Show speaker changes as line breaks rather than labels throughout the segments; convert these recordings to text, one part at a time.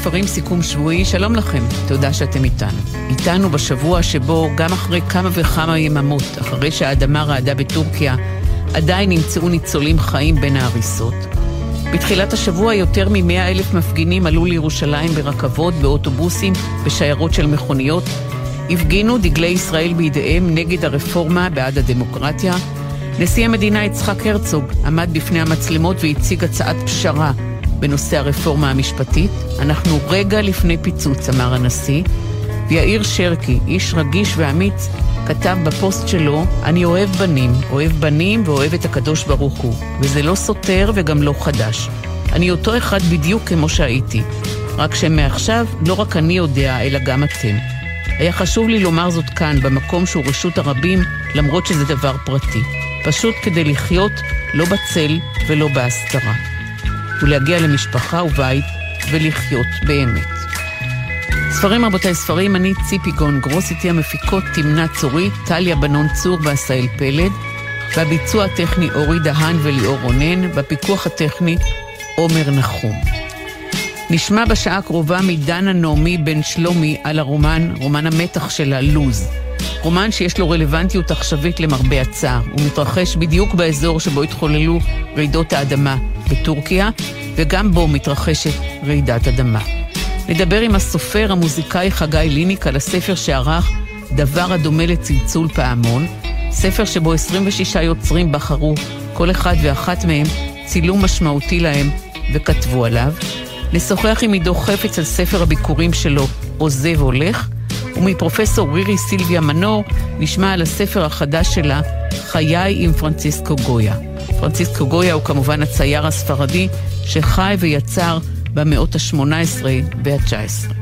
ספרים סיכום שבועי, שלום לכם, תודה שאתם איתנו בשבוע שבו גם אחרי כמה וכמה יממות, אחרי שהאדמה רעדה בטורקיה, עדיין נמצאו ניצולים חיים בין ההריסות. בתחילת השבוע יותר מ100,000 מפגינים עלו לירושלים ברכבות, באוטובוסים, בשיירות של מכוניות, הפגינו דגלי ישראל בידיהם נגד הרפורמה בעד הדמוקרטיה. נשיא המדינה יצחק הרצוג עמד בפני המצלמות והציג הצעת פשרה בנושא הרפורמה המשפטית. אנחנו רגע לפני פיצוץ, אמר הנשיא. ויאיר שרקי, איש רגיש ואמיץ, כתב בפוסט שלו, אני אוהב בנים ואוהב את הקדוש ברוך הוא, וזה לא סותר וגם לא חדש. אני אותו אחד בדיוק כמו שהייתי, רק שמעכשיו לא רק אני יודע, אלא גם אתם. היה חשוב לי לומר זאת כאן, במקום שהוא רשות הרבים, למרות שזה דבר פרטי. פשוט כדי לחיות לא בצל ולא בהסתרה. ולהגיע למשפחה ובית ולחיות באמת. ספרים רבותיי, ספרים, אני ציפי גון גרוס, איתי המפיקות תמנה צורי, טליה בנון צור ועשאל פלד, והביצוע הטכני אורי דהן וליאור רונן, בפיקוח הטכני עומר נחום. נשמע בשעה הקרובה מדנה נעמי בן שלומי על רומן המתח שלה, לוז. רומן שיש לו רלוונטיות עכשווית למרבה הצער. הוא מתרחש בדיוק באזור שבו התחוללו רעידות האדמה בטורקיה, וגם בו מתרחשת רעידת אדמה. נדבר עם הסופר המוזיקאי חגי ליניק על הספר שערך דבר הדומה לצלצול פעמון, ספר שבו 26 יוצרים בחרו, כל אחד ואחת מהם צילום משמעותי להם וכתבו עליו. נשוחח עם עידו חפץ על ספר הביקורים שלו, עוזב הולך, ומפרופסור רירי סילביה מנור נשמע על הספר החדש שלה, חיי עם פרנציסקו גויה. פרנציסקו גויה הוא כמובן הצייר הספרדי שחי ויצר במאות ה-18 וה-19.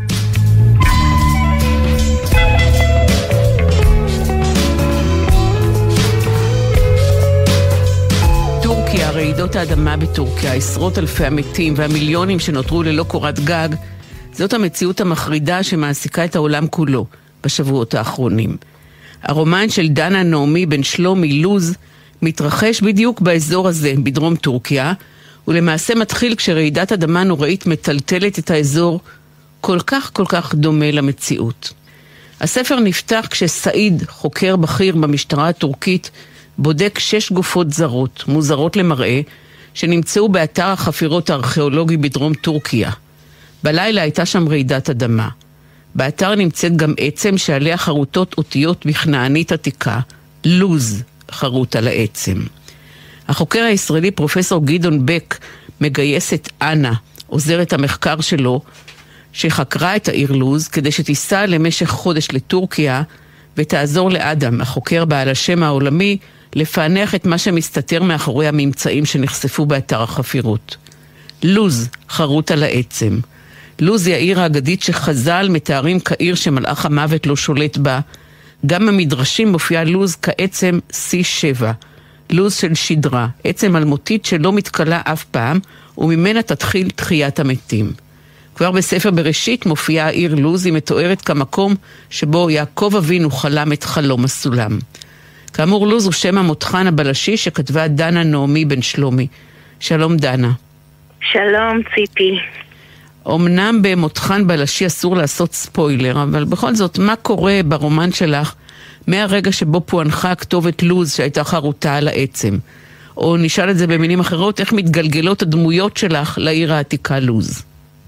טורקיה, רעידות האדמה בטורקיה, עשרות אלפי המתים והמיליונים שנותרו ללא קורת גג, זאת המציאות המחרידה שמעסיקה את העולם כולו בשבועות האחרונים. הרומן של דנה נעמי בן שלומי, לוז, מתרחש בדיוק באזור הזה, בדרום טורקיה, ולמעשה מתחיל כשרעידת אדמה נוראית מטלטלת את האזור כל כך דומה למציאות. הספר נפתח כשסעיד, חוקר בכיר במשטרה הטורקית, בודק 6 גופות זרות, מוזרות למראה, שנמצאו באתר החפירות הארכיאולוגי בדרום טורקיה. בלילה הייתה שם רעידת אדמה. באתר נמצאת גם עצם שעליה חרוטות אותיות בכנענית עתיקה, לוז חרוט על העצם. החוקר הישראלי פרופסור גדעון בק מגייס את אנה, עוזרת המחקר שלו, שחקרה את העיר לוז כדי שתיסע למשך חודש לטורקיה ותעזור לאדם, החוקר בעל השם העולמי, לפענח את מה שמסתתר מאחורי הממצאים שנחשפו באתר החפירות. לוז חרוט על העצם. לוז היא העיר האגדית שחז"ל מתארים כעיר שמלאך המוות לא שולט בה. גם המדרשים מופיע לוז כעצם C7, לוז של שדרה, עצם אלמותית שלא מתקלה אף פעם, וממנה תתחיל תחיית המתים. כבר בספר בראשית מופיעה העיר לוז, היא מתוארת כמקום שבו יעקב אבינו חלם את חלום הסולם. כאמור, לוז הוא שם המותחן הבלשי שכתבה דנה נעמי בן שלומי. שלום דנה.
שלום ציפי.
אמנם במותחן בלשי אסור לעשות ספוילר, אבל בכל זאת, מה קורה ברומן שלך מהרגע שבו פוענחה כתובת לוז שהייתה חרוטה על העצם? או נשאל את זה במילים אחרות, איך מתגלגלות הדמויות שלך לעיר העתיקה לוז?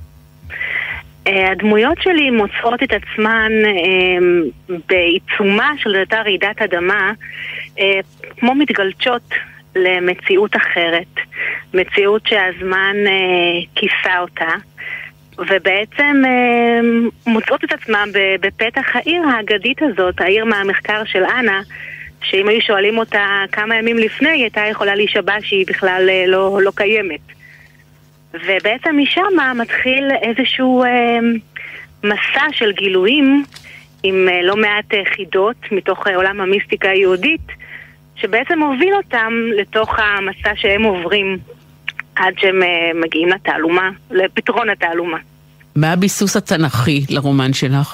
הדמויות שלי מוצאות את עצמן בעיצומה של אותה רעידת אדמה, כמו מתגלשות למציאות אחרת, מציאות שהזמן כיסה אותה, ובעצם מוצאות את עצמם בפתח העיר האגדית הזאת, העיר מהמחקר של אנה, שאם היו שואלים אותה כמה ימים לפני, היא הייתה יכולה להישבע שהיא בכלל לא קיימת. ובעצם משם מתחיל איזשהו מסע של גילויים עם לא מעט חידות מתוך עולם המיסטיקה היהודית, שבעצם מוביל אותם לתוך המסע שהם עוברים עד שהם מגיעים לתעלומה, לפתרון התעלומה.
מה הביסוס התנ"כי לרומן שלך?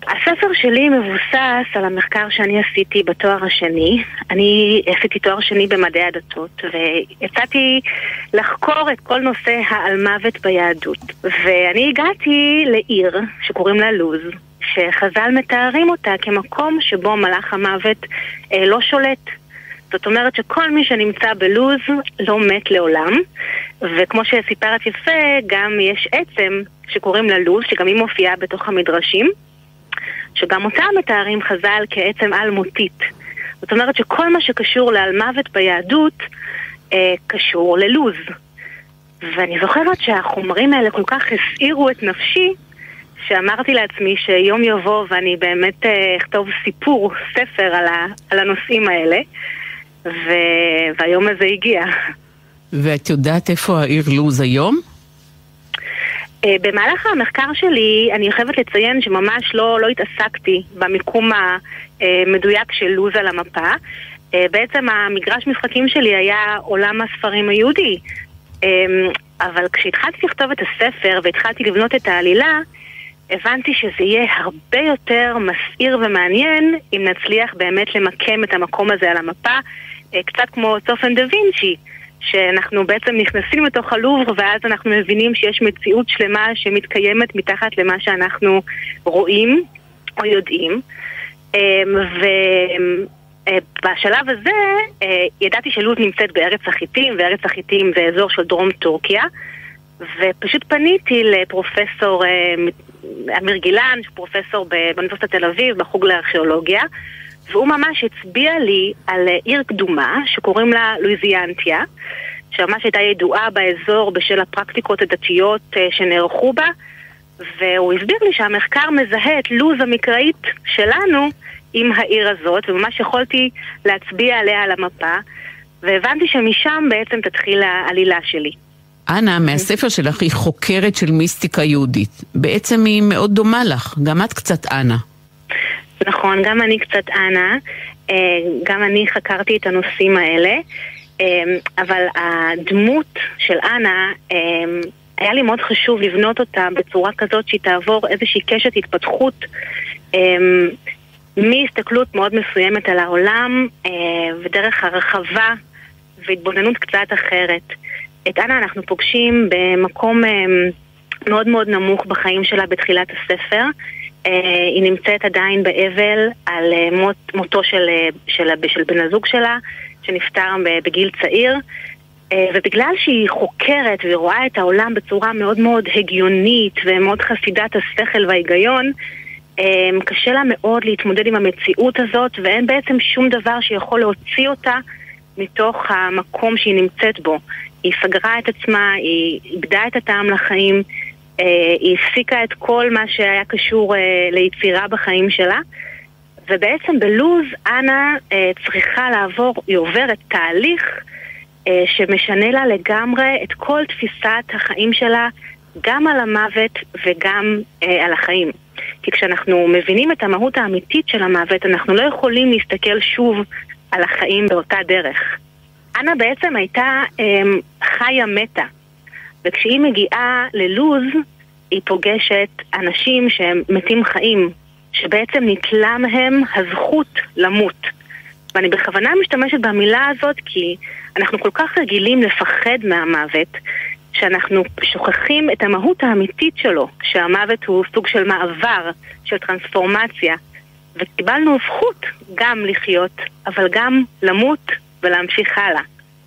הספר שלי מבוסס על המחקר שאני עשיתי בתואר השני. אני עשיתי תואר שני במדעי הדתות, ויצאתי לחקור את כל נושא העל-מוות ביהדות. ואני הגעתי לעיר שקוראים לה לוז, שחז"ל מתארים אותה כמקום שבו מלאך המוות לא שולט. זאת אומרת שכל מי שנמצא בלוז לא מת לעולם, וכמו שסיפרת יפה, גם יש עצם שקוראים לה לוז, שגם היא מופיעה בתוך המדרשים, שגם אותה מתארים חז"ל כעצם על-מותית. זאת אומרת שכל מה שקשור לעל-מוות ביהדות קשור ללוז. ואני זוכרת שהחומרים האלה כל כך הסעירו את נפשי, שאמרתי לעצמי שיום יבוא ואני באמת אכתוב סיפור, ספר על הנושאים האלה, והיום הזה הגיע.
ואת יודעת איפה העיר לוז היום?
במהלך המחקר שלי אני חייבת לציין שממש לא התעסקתי במיקום המדויק של לוז על המפה. בעצם המגרש משחקים שלי היה עולם הספרים היהודי. אבל כשהתחלתי לכתוב את הספר והתחלתי לבנות את העלילה, הבנתי שזה יהיה הרבה יותר מסעיר ומעניין אם נצליח באמת למקם את המקום הזה על המפה, קצת כמו צופן דה וינצ'י, שאנחנו בעצם נכנסים לתוך הלובר ואז אנחנו מבינים שיש מציאות שלמה שמתקיימת מתחת למה שאנחנו רואים או יודעים. ובשלב הזה ידעתי שלוז נמצאת בארץ החיתים, וארץ החיתים זה אזור של דרום טורקיה, ופשוט פניתי לפרופסור אמיר גילן, פרופסור באוניברסיטת תל אביב בחוג לארכיאולוגיה, והוא ממש הצביע לי על עיר קדומה שקוראים לה לואיזיאנטיה, שממש הייתה ידועה באזור בשל הפרקטיקות הדתיות שנערכו בה, והוא הסביר לי שהמחקר מזהה את לוז המקראית שלנו עם העיר הזאת, וממש יכולתי להצביע עליה על המפה, והבנתי שמשם בעצם תתחיל העלילה שלי.
אנה, מהספר שלך היא חוקרת של מיסטיקה יהודית. בעצם היא מאוד דומה לך, גם את קצת אנה.
נכון, גם אני קצת אנה, גם אני חקרתי את הנושאים האלה, אבל הדמות של אנה, היה לי מאוד חשוב לבנות אותה בצורה כזאת שהיא תעבור איזושהי קשת התפתחות, מהסתכלות מאוד מסוימת על העולם, ודרך הרחבה והתבוננות קצת אחרת. את אנה אנחנו פוגשים במקום מאוד מאוד נמוך בחיים שלה בתחילת הספר. היא נמצאת עדיין באבל על מותו של בן הזוג שלה, שנפטר בגיל צעיר, ובגלל שהיא חוקרת והיא רואה את העולם בצורה מאוד מאוד הגיונית ומאוד חסידת השכל וההיגיון, קשה לה מאוד להתמודד עם המציאות הזאת, ואין בעצם שום דבר שיכול להוציא אותה מתוך המקום שהיא נמצאת בו. היא סגרה את עצמה, היא איבדה את הטעם לחיים, היא הפסיקה את כל מה שהיה קשור ליצירה בחיים שלה, ובעצם בלוז אנה צריכה לעבור, היא עוברת תהליך שמשנה לה לגמרי את כל תפיסת החיים שלה, גם על המוות וגם על החיים. כי כשאנחנו מבינים את המהות האמיתית של המוות, אנחנו לא יכולים להסתכל שוב על החיים באותה דרך. אנה בעצם הייתה חיה מתה, וכשהיא מגיעה ללוז, היא פוגשת אנשים שהם מתים חיים, שבעצם נטלה מהם הזכות למות. ואני בכוונה משתמשת במילה הזאת כי אנחנו כל כך רגילים לפחד מהמוות, שאנחנו שוכחים את המהות האמיתית שלו, שהמוות הוא סוג של מעבר, של טרנספורמציה, וקיבלנו זכות גם לחיות, אבל גם למות ולהמשיך הלאה.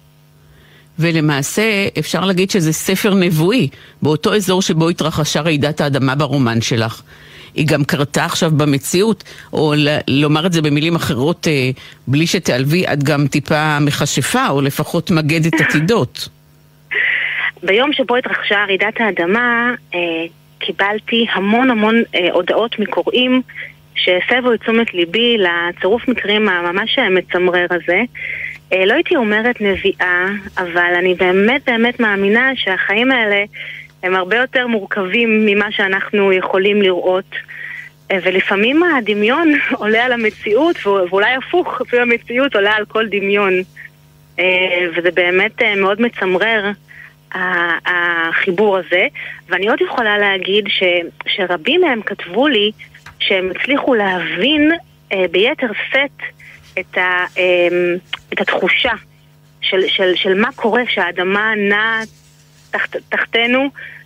ולמעשה אפשר להגיד שזה ספר נבואי, באותו אזור שבו התרחשה רעידת האדמה ברומן שלך. היא גם קרתה עכשיו במציאות, או לומר את זה במילים אחרות, בלי שתעלבי, את גם טיפה מכשפה, או לפחות מגדת עתידות.
ביום שבו התרחשה רעידת האדמה, קיבלתי המון הודעות מקוראים, שהסבו את תשומת ליבי לצירוף מקרים הממש מצמרר הזה. לא הייתי אומרת נביאה, אבל אני באמת מאמינה שהחיים האלה הם הרבה יותר מורכבים ממה שאנחנו יכולים לראות, ולפעמים הדמיון עולה על המציאות, ואולי הפוך, אפילו המציאות עולה על כל דמיון, וזה באמת מאוד מצמרר החיבור הזה. ואני עוד יכולה להגיד שרבים מהם כתבו לי שהם הצליחו להבין ביתר סט את התחושה של מה קורה כשהאדמה נעה תחתנו,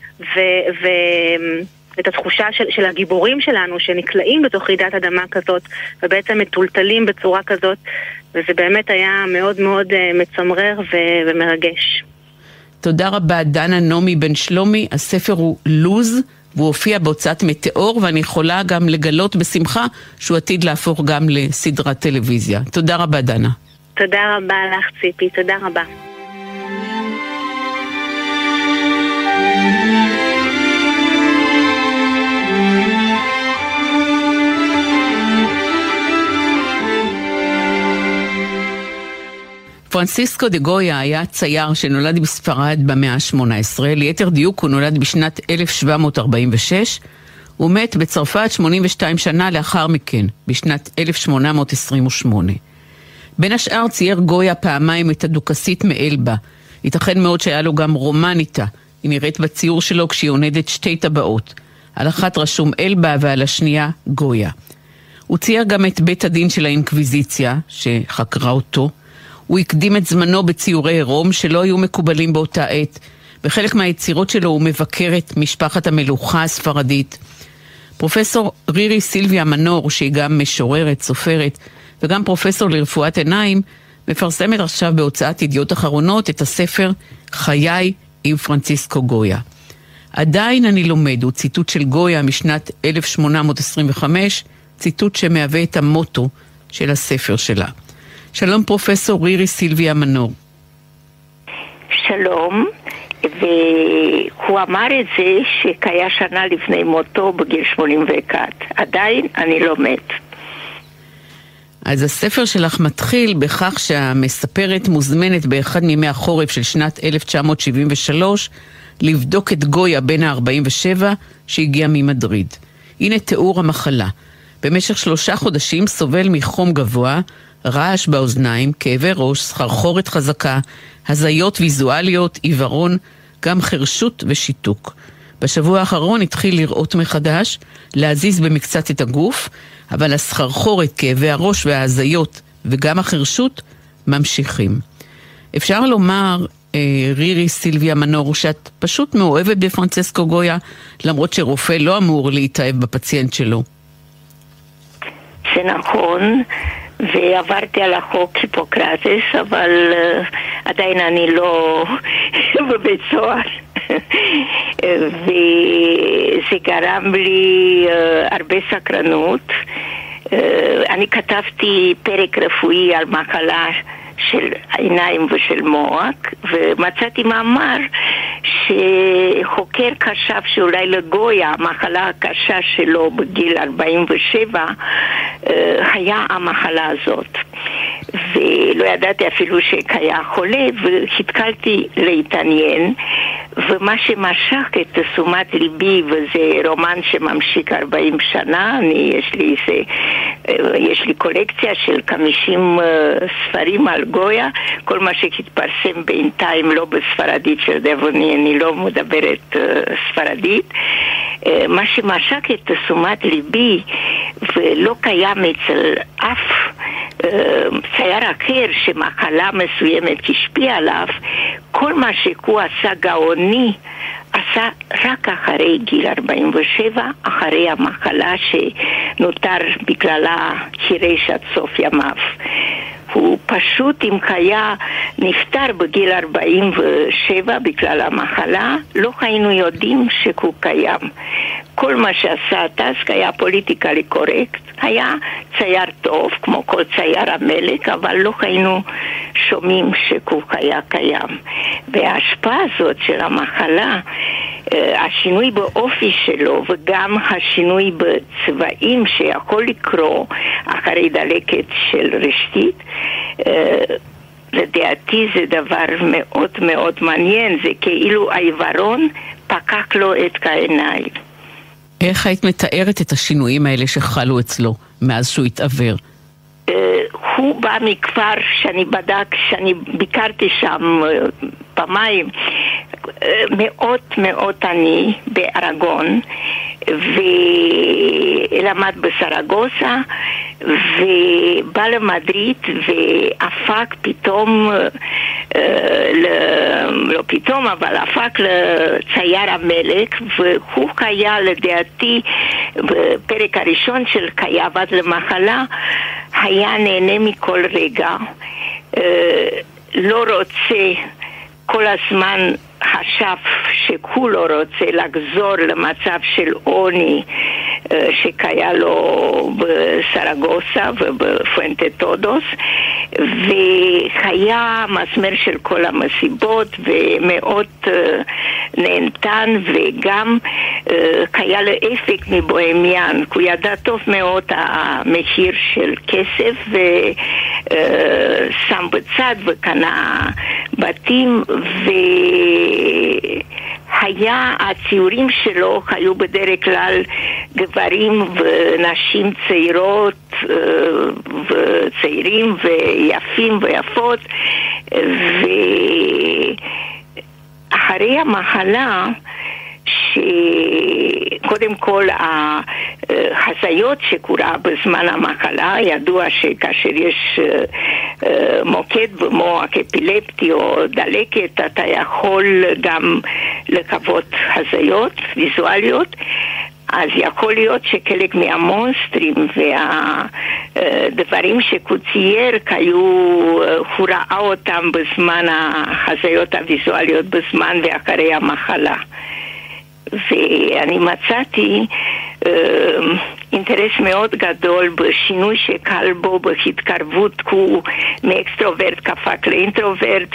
ואת התחושה של הגיבורים שלנו שנקלעים בתוך רעידת אדמה כזאת ובעצם מטולטלים בצורה כזאת, וזה באמת היה מאוד מאוד מצמרר ומרגש.
תודה רבה דנה נעמי בן שלומי. הספר הוא לוז, והוא הופיע בהוצאת מטאור, ואני יכולה גם לגלות בשמחה שהוא עתיד להפוך גם לסדרת טלוויזיה. תודה רבה דנה.
תודה רבה לך ציפי, תודה רבה.
פרנסיסקו דה גויה היה צייר שנולד בספרד במאה ה-18, ליתר דיוק הוא נולד בשנת 1746, הוא מת בצרפת 82 שנה לאחר מכן, בשנת 1828. בין השאר צייר גויה פעמיים את הדוכסית מאלבה, ייתכן מאוד שהיה לו גם רומן איתה, היא נראית בציור שלו כשהיא עונדת שתי טבעות, על אחת רשום אלבה ועל השנייה גויה. הוא צייר גם את בית הדין של האינקוויזיציה, שחקרה אותו, הוא הקדים את זמנו בציורי עירום שלא היו מקובלים באותה עת. בחלק מהיצירות שלו הוא מבקר את משפחת המלוכה הספרדית. פרופסור רירי סילביה מנור, שהיא גם משוררת, סופרת, וגם פרופסור לרפואת עיניים, מפרסמת עכשיו בהוצאת ידיעות אחרונות את הספר חיי עם פרנסיסקו גויה. עדיין אני לומד, הוא ציטוט של גויה משנת 1825, ציטוט שמהווה את המוטו של הספר שלה. שלום פרופסור רירי סילביה מנור.
שלום, והוא אמר את זה שהיה שנה לפני מותו בגיל 81. עדיין אני לא מת.
אז הספר שלך מתחיל בכך שהמספרת מוזמנת באחד מימי החורף של שנת 1973 לבדוק את גויה בן ה-47 שהגיע ממדריד. הנה תיאור המחלה. במשך 3 חודשים סובל מחום גבוה, רעש באוזניים, כאבי ראש, סחרחורת חזקה, הזיות ויזואליות, עיוורון, גם חרשות ושיתוק. בשבוע האחרון התחיל לראות מחדש, להזיז במקצת את הגוף, אבל הסחרחורת, כאבי הראש וההזיות וגם החרשות ממשיכים. אפשר לומר, רירי סילביה מנור, שאת פשוט מאוהבת בפרנסיסקו גויה, למרות שרופא לא אמור להתאהב בפציינט שלו.
זה נכון, ועברתי על החוק היפוקרטס, אבל עדיין אני לא בבית סוהר. וזה גרם לי הרבה סקרנות. אני כתבתי פרק רפואי על מחלה של עיניים ושל מוח, ומצאתי מאמר שחוקר חשב שאולי לגויה, המחלה הקשה שלו בגיל 47, היה המחלה הזאת. ולא ידעתי אפילו שהיה חולה, והתחלתי להתעניין, ומה שמשך את תשומת ליבי, וזה רומן שממשיך 40 שנה, יש לי קולקציה של 50 ספרים על גויה, כל מה שהתפרסם בינתיים לא בספרדית של דבוני, אני לא מדברת ספרדית. מה שמשך את תשומת ליבי, ולא קיים אצל אף צייר אחר שמחלה מסוימת השפיעה עליו, כל מה שהוא עשה גאוני עשה רק אחרי גיל 47, אחרי המחלה שנותר בגללה חירש עד סוף ימיו. הוא פשוט, אם היה נפטר בגיל 47 בגלל המחלה, לא היינו יודעים שהוא קיים. כל מה שעשה טסק היה פוליטיקלי קורקט, היה צייר טוב, כמו כל צייר המלך, אבל לא היינו שומעים שהוא היה קיים. וההשפעה הזאת של המחלה, השינוי באופי שלו וגם השינוי בצבעים שיכול לקרוא אחרי דלקת של רשתית, לדעתי זה דבר מאוד מאוד מעניין. זה כאילו העיוורון פקק לו את העיניים.
איך היית מתארת את השינויים האלה שחלו אצלו מאז שהוא התעוור?
הוא בא מכפר שאני ביקרתי שם פעמיים, מאוד מאוד עני בארגון, ולמד בסרגוסה, ובא למדריד והפק פתאום, לא פתאום, אבל הפק לצייר המלך, והוא היה לדעתי בפרק הראשון של חייו עד למחלה, היה נהנה מכל רגע, לא רוצה כל הזמן חשב שהוא לא רוצה לחזור למצב של עוני שקהיה לו בסרגוסה ובפואנטה טודוס, והיה מסמר של כל המסיבות ומאוד נהנתן, וגם היה לאפק מבוהמיין, הוא ידע טוב מאוד המחיר של כסף ושם בצד וקנה בתים, והיה הציורים שלו היו בדרך כלל גברים ונשים צעירות וצעירים ויפים ויפות, ואחרי המחלה שקודם כל החזיות שקורה בזמן המחלה, ידוע שכאשר יש מוקד במוח אפילפטי או דלקת, אתה יכול גם לקוות הזיות ויזואליות, אז יכול להיות שחלק מהמונסטרים והדברים שהוא צייר, הוא ראה אותם בזמן החזיות הוויזואליות בזמן ואחרי המחלה. ואני מצאתי אינטרס מאוד גדול בשינוי שקל בו בהתקרבות, הוא מאקסטרוברט קפק לאינטרוברט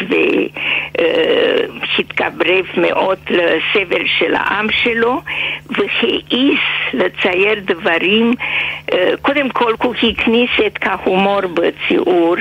והתקרב מאוד לסבל של העם שלו, והעיז לצייר דברים. קודם כל הוא הכניס את ההומור בציור,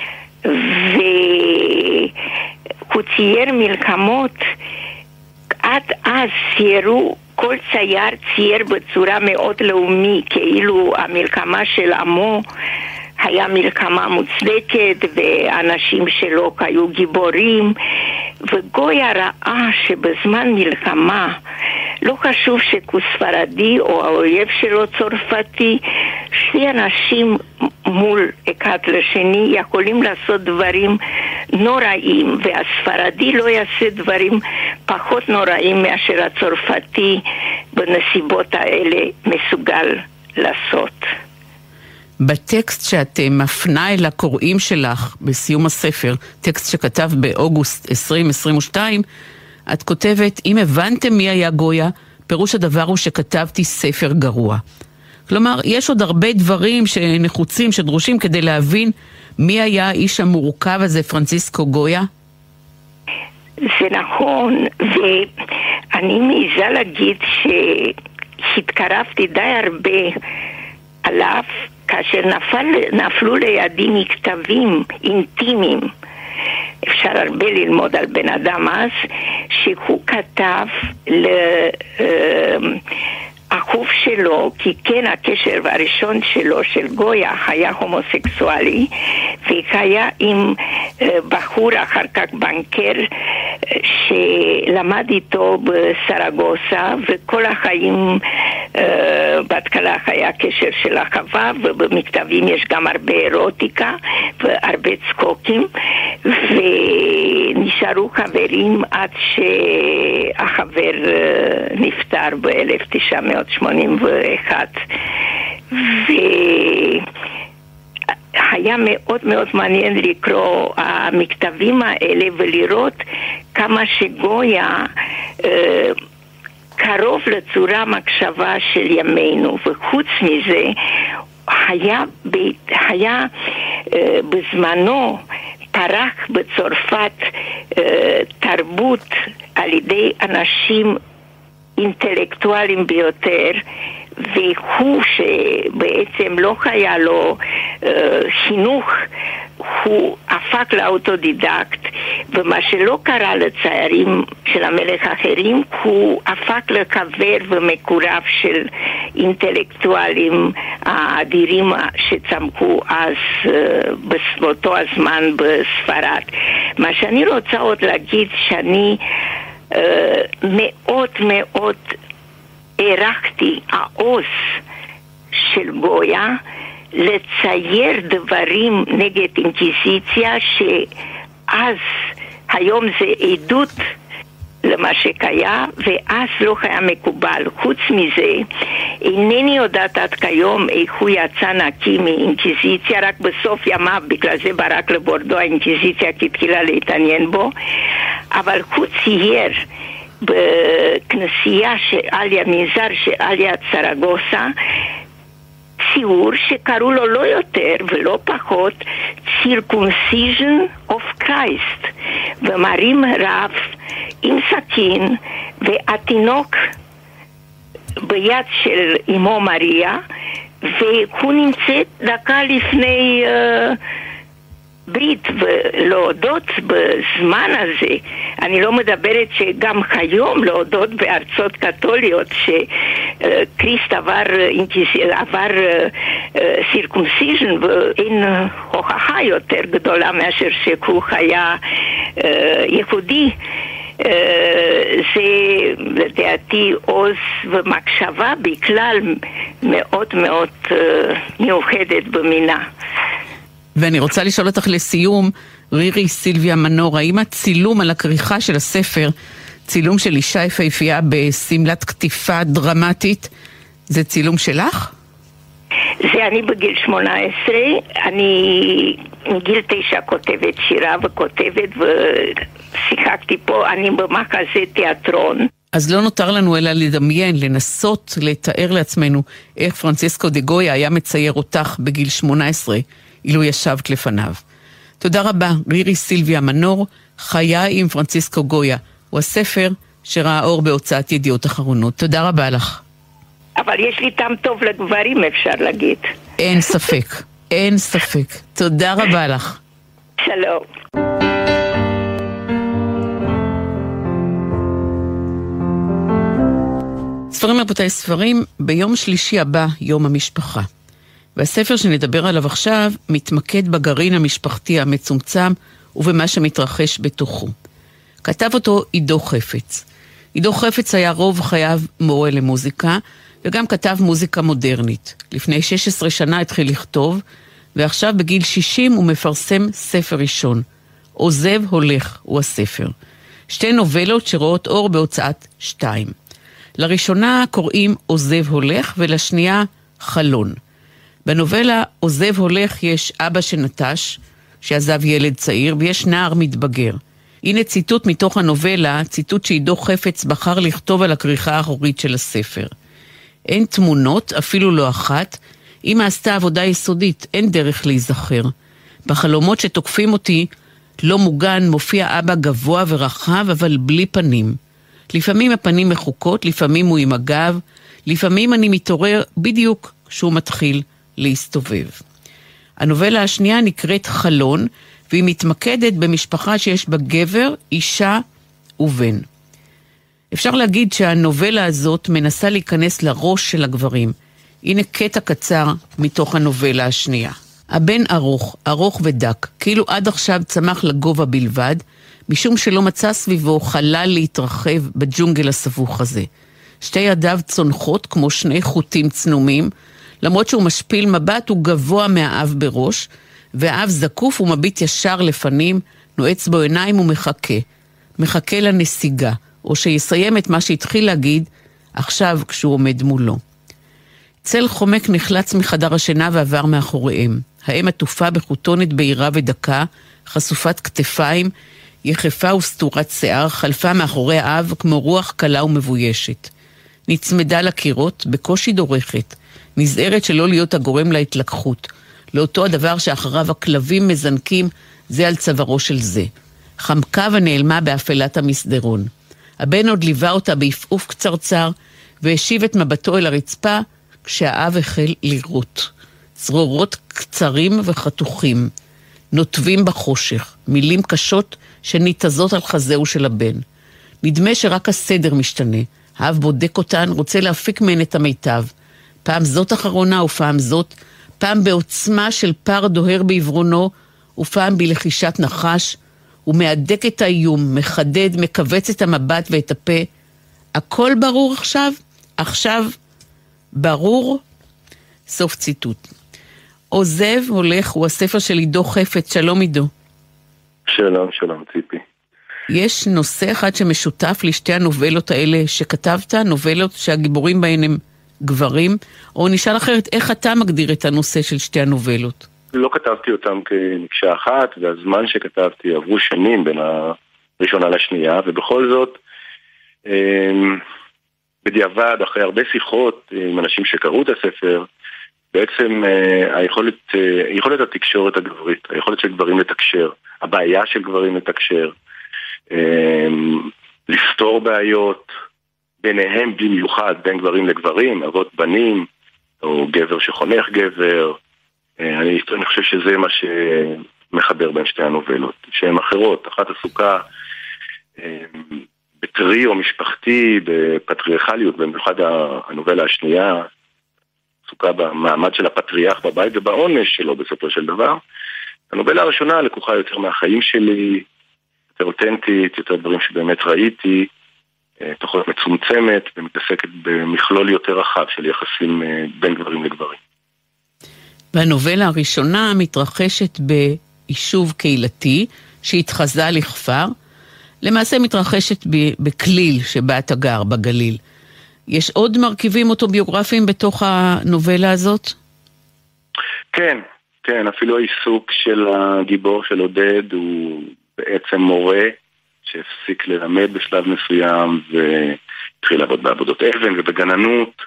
והוא צייר מלחמות. עד אז ציירו, כל צייר צייר בצורה מאוד לאומי, כאילו המלחמה של עמו היה מלחמה מוצדקת ואנשים שלו היו גיבורים, וגויה ראה שבזמן מלחמה לא חשוב שהוא ספרדי או האויב שלו צרפתי, שני אנשים מול אחד לשני יכולים לעשות דברים נוראים, והספרדי לא יעשה דברים פחות נוראים מאשר הצרפתי בנסיבות האלה מסוגל לעשות.
בטקסט שאת מפנה אל הקוראים שלך בסיום הספר, טקסט שכתב באוגוסט 2022, את כותבת, אם הבנתם מי היה גויה, פירוש הדבר הוא שכתבתי ספר גרוע. כלומר, יש עוד הרבה דברים שנחוצים, שדרושים כדי להבין מי היה האיש המורכב הזה, פרנציסקו גויה?
זה נכון, ואני מעיזה להגיד שהתקרבתי די הרבה עליו, כאשר נפלו לידי מכתבים אינטימיים. אפשר הרבה ללמוד על בן אדם אז, שהוא כתב לאחוב שלו, כי כן הקשר הראשון שלו של גויה היה הומוסקסואלי, והיה עם בחור אחר כך בנקר שלמד איתו בסרגוסה, וכל החיים בהתחלה היה קשר של אהבה, ובמכתבים יש גם הרבה אירוטיקה והרבה צחוקים, ונשארו חברים עד שהחבר נפטר ב-1981. היה מאוד מאוד מעניין לקרוא המכתבים האלה ולראות כמה שגויה קרוב לצורה מחשבה של ימינו, וחוץ מזה היה בזמנו פרח בצרפת תרבות על ידי אנשים אינטלקטואלים ביותר, והוא שבעצם לא היה לו חינוך, הוא הפך לאוטודידקט, ומה שלא קרה לציירים של המלך האחרים, הוא הפך לחבר ומקורב של אינטלקטואלים האדירים שצמחו אז באותו הזמן בספרד. מה שאני רוצה עוד להגיד, שאני מאוד מאוד הערכתי העוז של גויה לצייר דברים נגד אינקוויזיציה שאז, היום זה עדות למה שקיים, ואז לא היה מקובל. חוץ מזה, אינני יודעת עד כיום איך הוא יצא נקי מאינקוויזיציה, רק בסוף ימיו, בגלל זה ברק לבורדו, האינקוויזיציה התחילה להתעניין בו, אבל הוא צייר בכנסייה שעליה, מנזר שעליה צרגוסה, ציור שקראו לו לא יותר ולא פחות Circumcision of Christ, ומרים רב עם סכין והתינוק ביד של אמו מריה, והוא נמצא דקה לפני ברית, ולהודות בזמן הזה, אני לא מדברת שגם היום להודות בארצות קתוליות שקריסט עבר סירקומסיז'ן, ואין הוכחה יותר גדולה מאשר שהוא היה יהודי. זה לדעתי עוז ומקשבה בכלל מאוד מאוד מיוחדת במינה.
ואני רוצה לשאול אותך לסיום, רירי סילביה מנור, האם הצילום על הכריכה של הספר, צילום של אישה יפהפייה בסמלת כתיפה דרמטית, זה צילום שלך?
זה אני בגיל 18, אני מגיל 9 כותבת שירה וכותבת ושיחקתי פה, אני במחזה תיאטרון.
אז לא נותר לנו אלא לדמיין, לנסות לתאר לעצמנו איך פרנציסקו דה גויה היה מצייר אותך בגיל 18, אילו ישבת לפניו. תודה רבה, רירי סילביה מנור, חיי עם פרנציסקו גויה. הוא הספר שראה אור בהוצאת ידיעות אחרונות. תודה רבה לך.
אבל יש לי טעם טוב לגברים, אפשר להגיד.
אין ספק, אין ספק. תודה רבה לך.
שלום.
ספרים רבותיי, ספרים ביום שלישי הבא, יום המשפחה. והספר שנדבר עליו עכשיו מתמקד בגרעין המשפחתי המצומצם ובמה שמתרחש בתוכו. כתב אותו עידו חפץ. עידו חפץ היה רוב חייו מורה למוזיקה, וגם כתב מוזיקה מודרנית. לפני 16 שנה התחיל לכתוב, ועכשיו בגיל 60 הוא מפרסם ספר ראשון. עוזב הולך הוא הספר. שתי נובלות שרואות אור בהוצאת 2. לראשונה קוראים עוזב הולך, ולשנייה חלון. בנובלה עוזב הולך יש אבא שנטש, שעזב ילד צעיר, ויש נער מתבגר. הנה ציטוט מתוך הנובלה, ציטוט שעידו חפץ בחר לכתוב על הכריכה האחורית של הספר. אין תמונות, אפילו לא אחת. אמא עשתה עבודה יסודית, אין דרך להיזכר. בחלומות שתוקפים אותי, לא מוגן, מופיע אבא גבוה ורחב, אבל בלי פנים. לפעמים הפנים מחוקות, לפעמים הוא עם הגב, לפעמים אני מתעורר בדיוק כשהוא מתחיל להסתובב. הנובלה השנייה נקראת חלון, והיא מתמקדת במשפחה שיש בה גבר, אישה ובן. אפשר להגיד שהנובלה הזאת מנסה להיכנס לראש של הגברים. הנה קטע קצר מתוך הנובלה השנייה. הבן ארוך ודק, כאילו עד עכשיו צמח לגובה בלבד, משום שלא מצא סביבו חלל להתרחב בג'ונגל הסבוך הזה. שתי ידיו צונחות כמו שני חוטים צנומים, למרות שהוא משפיל מבט הוא גבוה מהאב בראש, והאב זקוף ומביט ישר לפנים, נועץ בו עיניים מחכה לנסיגה, או שיסיים את מה שהתחיל להגיד עכשיו כשהוא עומד מולו. צל חומק נחלץ מחדר השינה ועבר מאחוריהם. האם עטופה בחוטונת בהירה ודקה, חשופת כתפיים, יחפה וסתורת שיער, חלפה מאחורי האב כמו רוח קלה ומבוישת. נצמדה לקירות, בקושי דורכת, נזהרת שלא להיות הגורם להתלקחות, לאותו הדבר שאחריו הכלבים מזנקים זה על צווארו של זה. חמקה ונעלמה באפלת המסדרון. הבן עוד ליווה אותה בעפעוף קצרצר, והשיב את מבטו אל הרצפה, כשהאב החל לראות. צרורות קצרים וחתוכים, נוטבים בחושך, מילים קשות שניתזות על חזהו של הבן. נדמה שרק הסדר משתנה. האב בודק אותן, רוצה להפיק מהן את המיטב. פעם זאת אחרונה ופעם זאת, פעם בעוצמה של פר דוהר בעברונו, ופעם בלחישת נחש, הוא מהדק את האיום, מחדד, מקבץ את המבט ואת הפה. הכל ברור עכשיו? עכשיו ברור, סוף ציטוט. עוזב הולך הוא הספר של עידו חפץ. שלום עידו.
שלום ציפי.
יש נושא אחד שמשותף לשתי הנובלות האלה שכתבת, נובלות שהגיבורים בהן הם גברים, או נשאל אחרת, איך אתה מגדיר את הנושא של שתי הנובלות?
לא כתבתי אותם כמקשה אחת, והזמן שכתבתי עברו שנים בין הראשונה לשנייה, ובכל זאת, בדיעבד, אחרי הרבה שיחות עם אנשים שקראו את הספר, בעצם היכולת התקשורת הגברית, היכולת של גברים לתקשר, הבעיה של גברים לתקשר, לפתור בעיות, ביניהם במיוחד בין גברים לגברים, אבות בנים, או גבר שחונך גבר. אני חושב שזה מה שמחבר בין שתי הנובלות, שהן אחרות. אחת עסוקה בטריו משפחתי, בפטריארכליות, במיוחד הנובלה השנייה, עסוקה במעמד של הפטריארך בבית ובעונש שלו בסופו של דבר. הנובלה הראשונה לקוחה יותר מהחיים שלי, יותר אותנטית, יותר דברים שבאמת ראיתי, תוכנית מצומצמת ומתעסקת במכלול יותר רחב של יחסים בין גברים לגברים.
והנובלה הראשונה מתרחשת ביישוב קהילתי שהתחזה לכפר, למעשה מתרחשת בכליל שבה אתה גר בגליל. יש עוד מרכיבים אוטוביוגרפיים בתוך הנובלה הזאת?
כן, אפילו העיסוק של הגיבור של עודד הוא בעצם מורה שהפסיק ללמד בשלב מסוים והתחיל לעבוד בעבודות אבן ובגננות.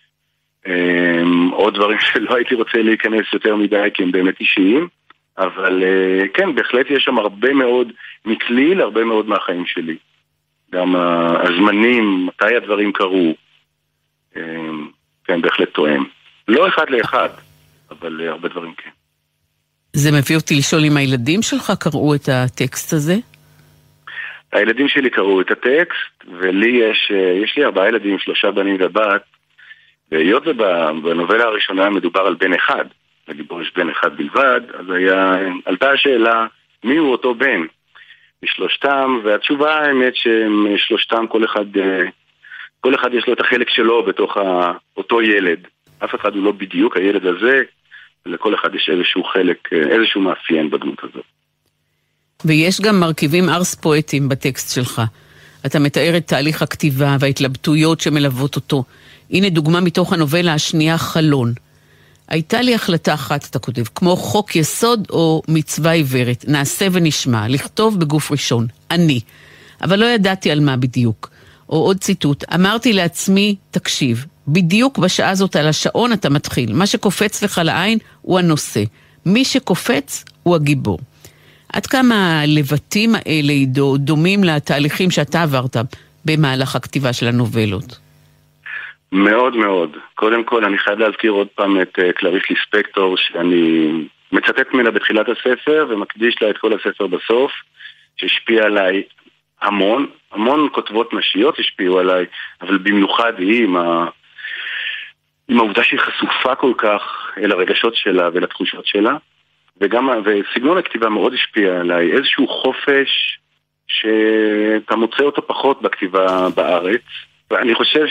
עוד דברים שלא הייתי רוצה להיכנס יותר מדי כי הם באמת אישיים, אבל כן, בהחלט יש שם הרבה מאוד מכליל, הרבה מאוד מהחיים שלי. גם הזמנים, מתי הדברים קרו, כן, בהחלט תואם. לא אחד לאחד, אבל הרבה דברים כן.
זה מביא אותי לשאול אם הילדים שלך קראו את הטקסט הזה?
הילדים שלי קראו את הטקסט, ולי יש לי 4 ילדים, 3 בנים ובת, והיות ובנובלה הראשונה מדובר על בן אחד, לגיבור יש בן אחד בלבד, אז עלתה השאלה מי הוא אותו בן משלושתם, והתשובה האמת שהם שלושתם, כל אחד יש לו את החלק שלו בתוך אותו ילד. אף אחד הוא לא בדיוק הילד הזה, ולכל אחד יש איזשהו חלק, איזשהו מאפיין בדמות הזאת.
ויש גם מרכיבים ארס פואטיים בטקסט שלך. אתה מתאר את תהליך הכתיבה וההתלבטויות שמלוות אותו. הנה דוגמה מתוך הנובלה השנייה, חלון. הייתה לי החלטה אחת, אתה כותב, כמו חוק יסוד או מצווה עיוורת, נעשה ונשמע, לכתוב בגוף ראשון, אני. אבל לא ידעתי על מה בדיוק. או עוד ציטוט, אמרתי לעצמי, תקשיב, בדיוק בשעה הזאת על השעון אתה מתחיל, מה שקופץ לך לעין הוא הנושא, מי שקופץ הוא הגיבור. עד כמה הלבטים האלה דומים לתהליכים שאתה עברת במהלך הכתיבה של הנובלות?
מאוד מאוד. קודם כל אני חייב להזכיר עוד פעם את קלריס ליספקטור, שאני מצטט ממנה בתחילת הספר ומקדיש לה את כל הספר בסוף, שהשפיע עליי המון כותבות נשיות השפיעו עליי, אבל במיוחד היא עם העובדה שהיא חשופה כל כך אל הרגשות שלה ולתחושות שלה, וסגנון הכתיבה מאוד השפיע עליי, איזשהו חופש שאתה מוצא אותו פחות בכתיבה בארץ, ואני חושב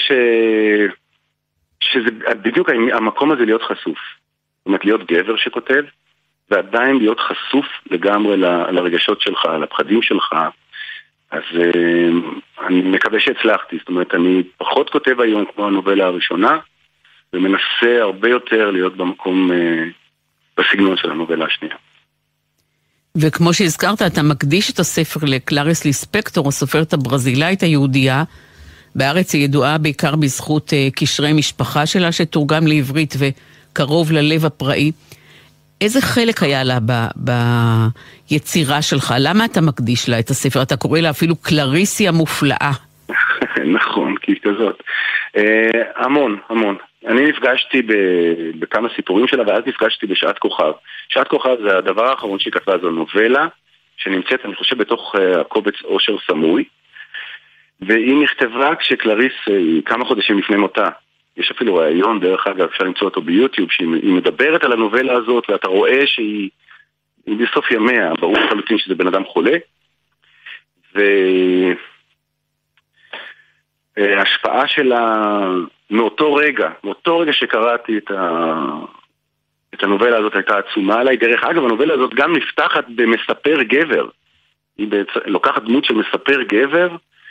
שזה בדיוק המקום הזה להיות חשוף, זאת אומרת להיות גבר שכותב, ועדיין להיות חשוף לגמרי לרגשות שלך, לפחדים שלך, אז אני מקווה שהצלחתי, זאת אומרת אני פחות כותב היום כמו הנובלה הראשונה, ומנסה הרבה יותר להיות במקום בסגנון של הנובלה השנייה.
וכמו שהזכרת, אתה מקדיש את הספר לקלריס ליספקטור, הסופרת הברזילאית היהודייה, בארץ היא ידועה בעיקר בזכות קשרי משפחה שלה שתורגם לעברית וקרוב ללב הפראי. איזה חלק היה לה ביצירה שלך? למה אתה מקדיש לה את הספר? אתה קורא לה אפילו קלריסי המופלאה.
נכון, כי כזאת. המון. אני נפגשתי בכמה סיפורים שלה, ואז נפגשתי בשעת כוכב. שעת כוכב זה הדבר האחרון שהיא כתבה, זו נובלה שנמצאת, אני חושב, בתוך הקובץ אושר סמוי, והיא נכתבה כשקלריס כמה חודשים לפני מותה. יש אפילו רעיון, דרך אגב, אפשר למצוא אותו ביוטיוב, שהיא מדברת על הנובלה הזאת, ואתה רואה שהיא בסוף ימיה, ברור לחלוטין שזה בן אדם חולה, וההשפעה שלה מאותו רגע שקראתי את הנובלה הזאת הייתה עצומה עליי. דרך אגב, הנובלה הזאת גם נפתחת במספר גבר. היא לוקחת דמות של מספר גבר,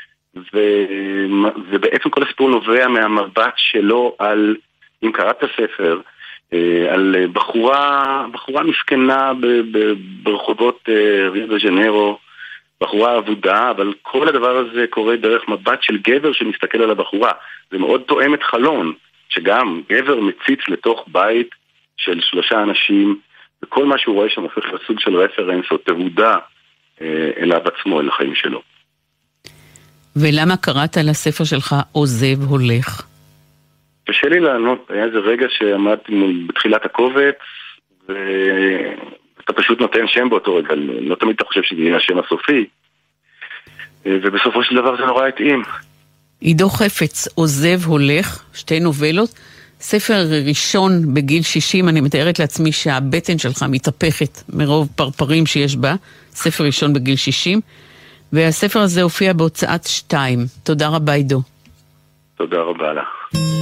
ובעצם כל הסיפור נובע מהמבט שלו על, אם קראת את הספר, על בחורה מסכנה ברחובות ריו דה ז'ניירו, בחורה עבודה, אבל כל הדבר הזה קורה דרך מבט של גבר שמסתכל על הבחורה. זה מאוד תואם את חלון, שגם גבר מציץ לתוך בית של 3 אנשים, וכל מה שהוא רואה שם הופך לסוג של רפרנס או תהודה אליו עצמו, אל החיים שלו.
ולמה קראת לספר שלך עוזב הולך?
קשה לי לענות, היה איזה רגע שעמדתי בתחילת הקובץ, ואתה פשוט נותן שם באותו רגע, לא תמיד אתה חושב שזה יהיה השם הסופי, ובסופו של דבר זה נורא התאים.
עידו חפץ, עוזב הולך, 2 נובלות, ספר ראשון בגיל 60, אני מתארת לעצמי שהבטן שלך מתהפכת מרוב פרפרים שיש בה, ספר ראשון בגיל 60, והספר הזה הופיע בהוצאת 2. תודה רבה עידו.
תודה רבה לך.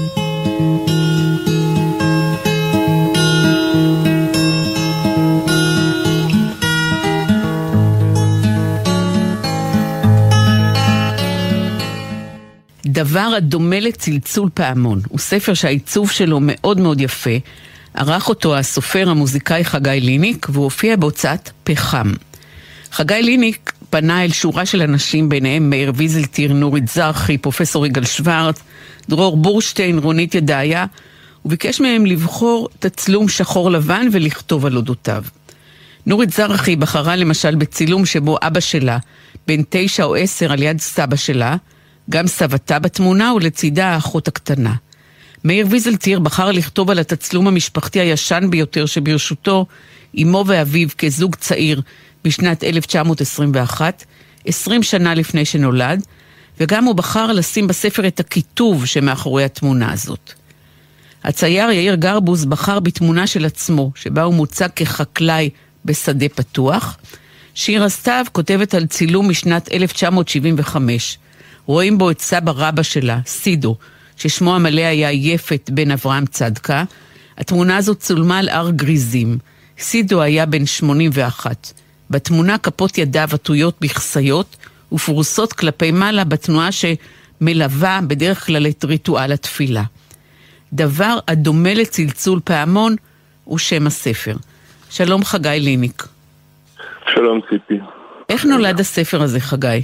דבר הדומה לצלצול פעמון, הוא ספר שהעיצוב שלו מאוד מאוד יפה, ערך אותו הסופר המוזיקאי חגי ליניק, והוא הופיע בהוצאת פחם. חגי ליניק פנה אל שורה של אנשים, ביניהם מאיר ויזלטיר, נורית זרחי, פרופסור יגאל שוורץ, דרור בורשטיין, רונית ידעיה, וביקש מהם לבחור תצלום שחור לבן ולכתוב על אודותיו. נורית זרחי בחרה למשל בצילום שבו אבא שלה, בן 9 או 10 על יד סבא שלה, גם סבתה בתמונה ולצידה האחות הקטנה. מאיר ויזלטיר בחר לכתוב על התצלום המשפחתי הישן ביותר שברשותו, אמו ואביו כזוג צעיר בשנת 1921, 20 שנה לפני שנולד, וגם הוא בחר לשים בספר את הכיתוב שמאחורי התמונה הזאת. הצייר יאיר גרבוז בחר בתמונה של עצמו, שבה הוא מוצג כחקלאי בשדה פתוח. שירה סתיו כותבת על צילום משנת 1975, רואים בו את סבא רבא שלה, סידו, ששמו המלא היה יפת בן אברהם צדקה. התמונה הזאת צולמה על הר גריזים. סידו היה בן 81. בתמונה כפות ידיו עטויות בכסיות ופרוסות כלפי מעלה בתנועה שמלווה בדרך כלל את ריטואל התפילה. דבר הדומה לצלצול פעמון הוא שם הספר. שלום חגי ליניק.
שלום ציפי.
איך נולד הספר הזה חגי?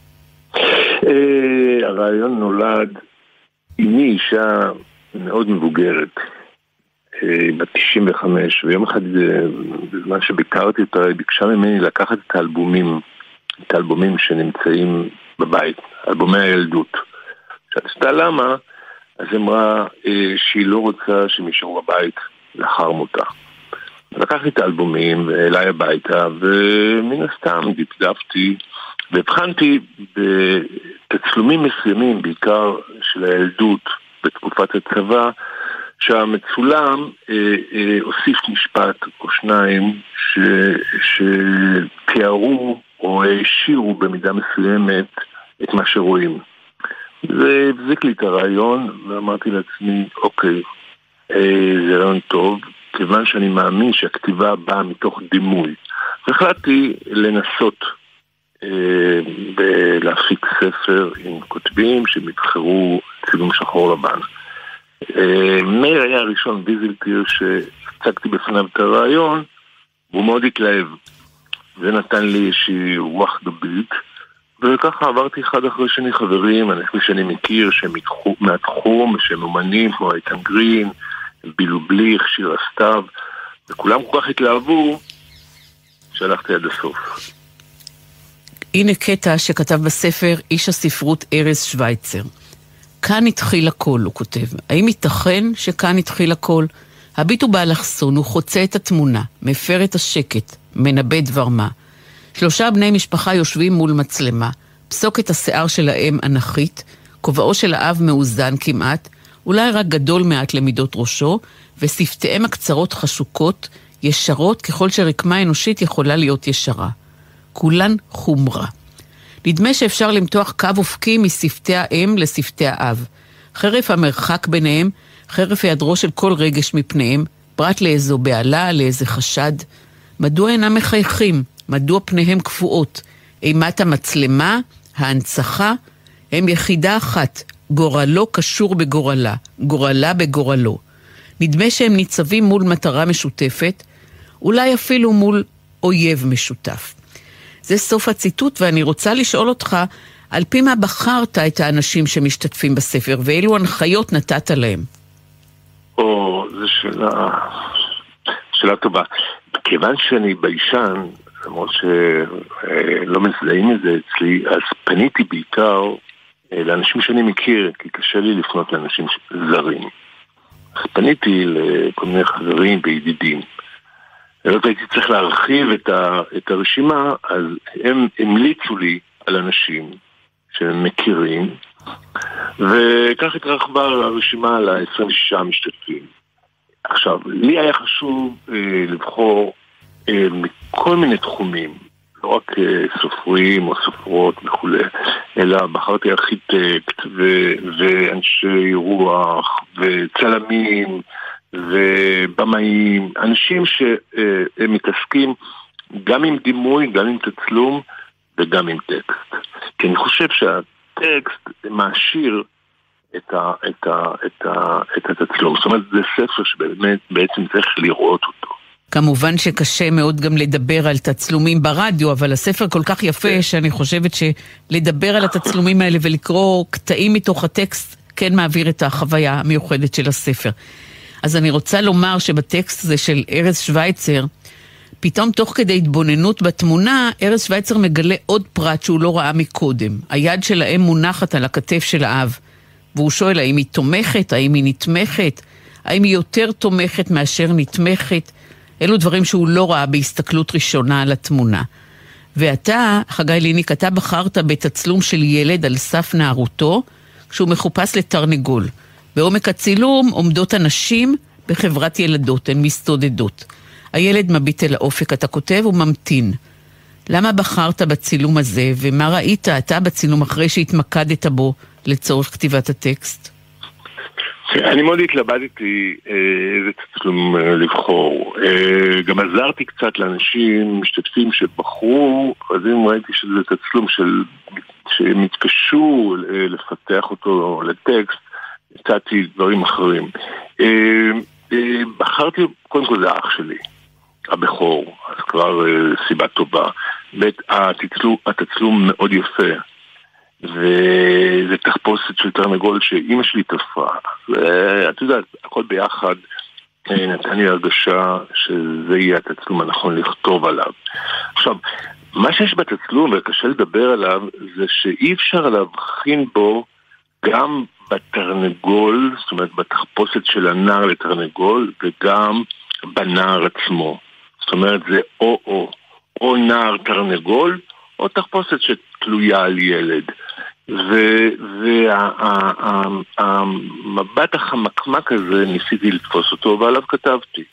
הרעיון נולד אימי אישה מאוד מבוגרת, בת 95, ויום אחד בזמן שביקרתי אותה היא ביקשה ממני לקחת את האלבומים שנמצאים בבית, אלבומי הילדות. כשעשתה למה, אז אמרה שהיא לא רוצה שהם יישארו בבית לאחר מותה. לקחתי את האלבומים אליי הביתה, ומן הסתם דפדפתי והבחנתי בתצלומים מסוימים, בעיקר של הילדות בתקופת הצבא, שהמצולם הוסיף משפט או שניים שתיארו או השאירו במידה מסוימת את מה שרואים. זה הבזיק לי את הרעיון, ואמרתי לעצמי, אוקיי, זה רעיון טוב, כיוון שאני מאמין שהכתיבה באה מתוך דימוי. והחלטתי לנסות להפיק ספר עם כותבים שמתחרו צילום שחור לבן. מאיר היה הראשון ויזלטיר שהצגתי בפניו את הרעיון, והוא מאוד התלהב. זה נתן לי איזושהי רוח גבית, וככה עברתי אחד אחרי שני חברים, אנשים שאני מכיר, שהם מהתחום, שהם אומנים, כמו איתן גרין, בילו בליך, שירה סתיו, וכולם כל כך התלהבו, שהלכתי עד הסוף.
הנה קטע שכתב בספר איש הספרות ארז שוויצר. כאן התחיל הכל, הוא כותב. האם ייתכן שכאן התחיל הכל? הביט הוא באלכסון, הוא חוצה את התמונה, מפר את השקט, מנבא דבר מה. 3 בני משפחה יושבים מול מצלמה, פסוקת השיער של האם אנכית, כובעו של האב מאוזן כמעט, אולי רק גדול מעט למידות ראשו, ושפתיהם הקצרות חשוקות, ישרות ככל שרקמה אנושית יכולה להיות ישרה. כולן חומרה. נדמה שאפשר למתוח קו אופקי משפתי האם לשפתי האב. חרף המרחק ביניהם, חרף היעדרו של כל רגש מפניהם, פרט לאיזו בעלה, לאיזה חשד. מדוע אינם מחייכים? מדוע פניהם קפואות? אימת המצלמה, ההנצחה, הם יחידה אחת, גורלו קשור בגורלה, גורלה בגורלו. נדמה שהם ניצבים מול מטרה משותפת, אולי אפילו מול אויב משותף. זה סוף הציטוט, ואני רוצה לשאול אותך, על פי מה בחרת את האנשים שמשתתפים בספר, ואילו הנחיות נתת להם?
זו שאלה טובה. כיוון שאני ביישן, למרות שלא מזדהים את זה אצלי, אז פניתי בעיקר לאנשים שאני מכיר, כי קשה לי לפנות לאנשים זרים. אז פניתי לכל מיני חברים וידידים. ולא הייתי צריך להרחיב את הרשימה, אז הם המליצו לי על אנשים שהם מכירים, וכך התרחבה הרשימה ל-26 משתתפים. עכשיו, לי היה חשוב לבחור מכל מיני תחומים, לא רק סופרים או סופרות וכו', אלא בחרתי ארכיטקט ואנשי רוח וצלמים ובמאים, אנשים שהם מתעסקים גם עם דימוי, גם עם תצלום וגם עם טקסט. כי אני חושב שהטקסט מעשיר את התצלום. זאת אומרת, זה ספר שבאמת בעצם צריך לראות אותו.
כמובן שקשה מאוד גם לדבר על תצלומים ברדיו, אבל הספר כל כך יפה שאני חושבת שלדבר על התצלומים האלה ולקרוא קטעים מתוך הטקסט כן מעביר את החוויה המיוחדת של הספר. אז אני רוצה לומר שבטקסט הזה של ארז שוויצר, פתאום תוך כדי התבוננות בתמונה, ארז שוויצר מגלה עוד פרט שהוא לא ראה מקודם. היד של האם מונחת על הכתף של האב, והוא שואל האם היא תומכת, האם היא נתמכת, האם היא יותר תומכת מאשר נתמכת. אלו דברים שהוא לא ראה בהסתכלות ראשונה על התמונה. ואתה, חגי ליניק, אתה בחרת בתצלום של ילד על סף נערותו, כשהוא מחופש לתרנגול. בעומק הצילום עומדות אנשים בחברת ילדות, הן מסתודדות. הילד מביט אל האופק, אתה כותב וממתין. למה בחרת בצילום הזה, ומה ראית אתה בצילום אחרי שהתמקדת בו לצורך כתיבת הטקסט?
אני מאוד התלבטתי איזה תצלום לבחור. גם עזרתי קצת לאנשים משתתפים שבחרו, אז אם ראיתי שזה תצלום שהם התקשו לפתח אותו לטקסט, הצעתי דברים אחרים. בחרתי, קודם כל זה אח שלי, הבכור, אז כבר סיבה טובה. התצלום מאוד יפה. וזה תחפושת של תרנגול שאימא שלי תפרה. ואת יודעת, הכל ביחד נתן לי הרגשה שזה יהיה התצלום הנכון לכתוב עליו. עכשיו, מה שיש בתצלום וקשה לדבר עליו, זה שאי אפשר להבחין בו גם בתרנגול, זאת אומרת בתחפושת של הנער לתרנגול, וגם בנער עצמו. זאת אומרת, זה או נער תרנגול, או תחפושת שתלויה על ילד. והמבט החמקמק הזה ניסיתי לתפוס אותו, ועליו כתבתי.